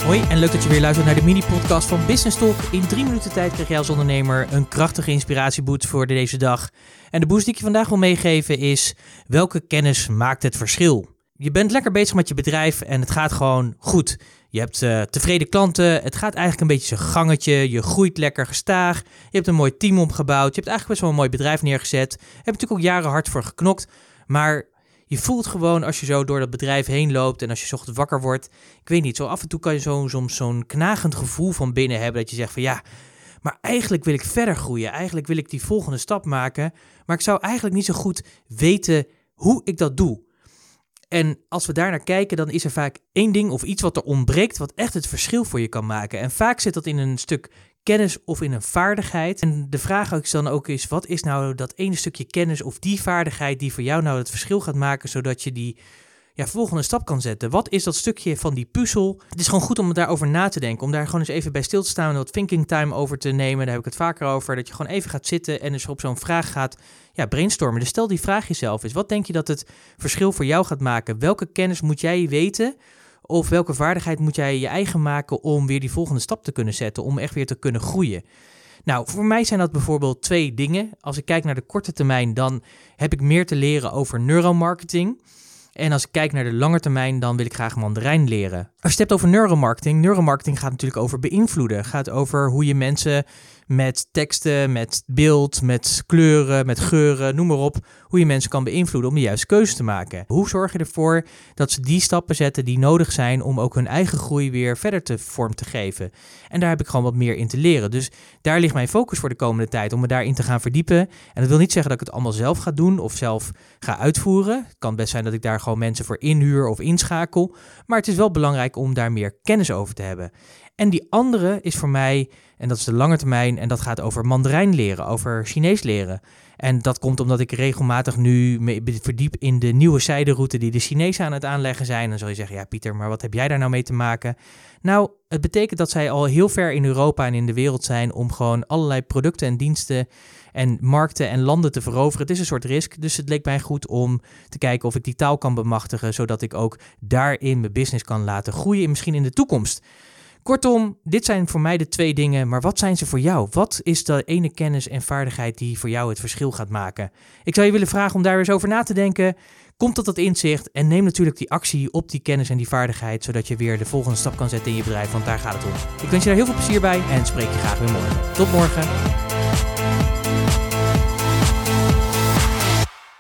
Hoi en leuk dat je weer luistert naar de mini-podcast van Business Talk. In 3 minuten tijd krijg jij als ondernemer een krachtige inspiratieboost voor deze dag. En de boost die ik je vandaag wil meegeven is: welke kennis maakt het verschil? Je bent lekker bezig met je bedrijf en het gaat gewoon goed. Je hebt tevreden klanten, het gaat eigenlijk een beetje zijn gangetje, je groeit lekker gestaag, je hebt een mooi team opgebouwd, je hebt eigenlijk best wel een mooi bedrijf neergezet. Je hebt natuurlijk ook jaren hard voor geknokt, maar je voelt gewoon als je zo door dat bedrijf heen loopt en als je 's ochtends wakker wordt, ik weet niet, zo af en toe kan je soms zo'n knagend gevoel van binnen hebben dat je zegt van ja, maar eigenlijk wil ik verder groeien, eigenlijk wil ik die volgende stap maken, maar ik zou eigenlijk niet zo goed weten hoe ik dat doe. En als we daar naar kijken, dan is er vaak één ding of iets wat er ontbreekt, wat echt het verschil voor je kan maken. En vaak zit dat in een stuk kennis of in een vaardigheid. En de vraag is dan ook is, wat is nou dat ene stukje kennis of die vaardigheid die voor jou nou het verschil gaat maken, zodat je die volgende stap kan zetten? Wat is dat stukje van die puzzel? Het is gewoon goed om daarover na te denken, om daar gewoon eens even bij stil te staan en wat thinking time over te nemen. Daar heb ik het vaker over, dat je gewoon even gaat zitten en dus op zo'n vraag gaat brainstormen. Dus stel die vraag jezelf eens. Wat denk je dat het verschil voor jou gaat maken? Welke kennis moet jij weten? Of welke vaardigheid moet jij je eigen maken om weer die volgende stap te kunnen zetten, om echt weer te kunnen groeien? Nou, voor mij zijn dat bijvoorbeeld 2 dingen. Als ik kijk naar de korte termijn, dan heb ik meer te leren over neuromarketing. En als ik kijk naar de lange termijn, dan wil ik graag Mandarijn leren. Als je het hebt over neuromarketing gaat natuurlijk over beïnvloeden. Het gaat over hoe je mensen met teksten, met beeld, met kleuren, met geuren, noem maar op, hoe je mensen kan beïnvloeden om de juiste keuze te maken. Hoe zorg je ervoor dat ze die stappen zetten die nodig zijn om ook hun eigen groei weer verder te vorm te geven? En daar heb ik gewoon wat meer in te leren. Dus daar ligt mijn focus voor de komende tijd, om me daarin te gaan verdiepen. En dat wil niet zeggen dat ik het allemaal zelf ga doen of zelf ga uitvoeren. Het kan best zijn dat ik daar gewoon mensen voor inhuur of inschakel. Maar het is wel belangrijk om daar meer kennis over te hebben. En die andere is voor mij, en dat is de lange termijn, en dat gaat over Mandarijn leren, over Chinees leren. En dat komt omdat ik regelmatig nu me verdiep in de nieuwe zijderoute die de Chinezen aan het aanleggen zijn. En dan zal je zeggen, ja Pieter, maar wat heb jij daar nou mee te maken? Nou, het betekent dat zij al heel ver in Europa en in de wereld zijn om gewoon allerlei producten en diensten en markten en landen te veroveren. Het is een soort risk, dus het leek mij goed om te kijken of ik die taal kan bemachtigen, zodat ik ook daarin mijn business kan laten groeien, misschien in de toekomst. Kortom, dit zijn voor mij de 2 dingen, maar wat zijn ze voor jou? Wat is de ene kennis en vaardigheid die voor jou het verschil gaat maken? Ik zou je willen vragen om daar eens over na te denken. Kom tot dat inzicht en neem natuurlijk die actie op die kennis en die vaardigheid, zodat je weer de volgende stap kan zetten in je bedrijf, want daar gaat het om. Ik wens je daar heel veel plezier bij en spreek je graag weer morgen. Tot morgen.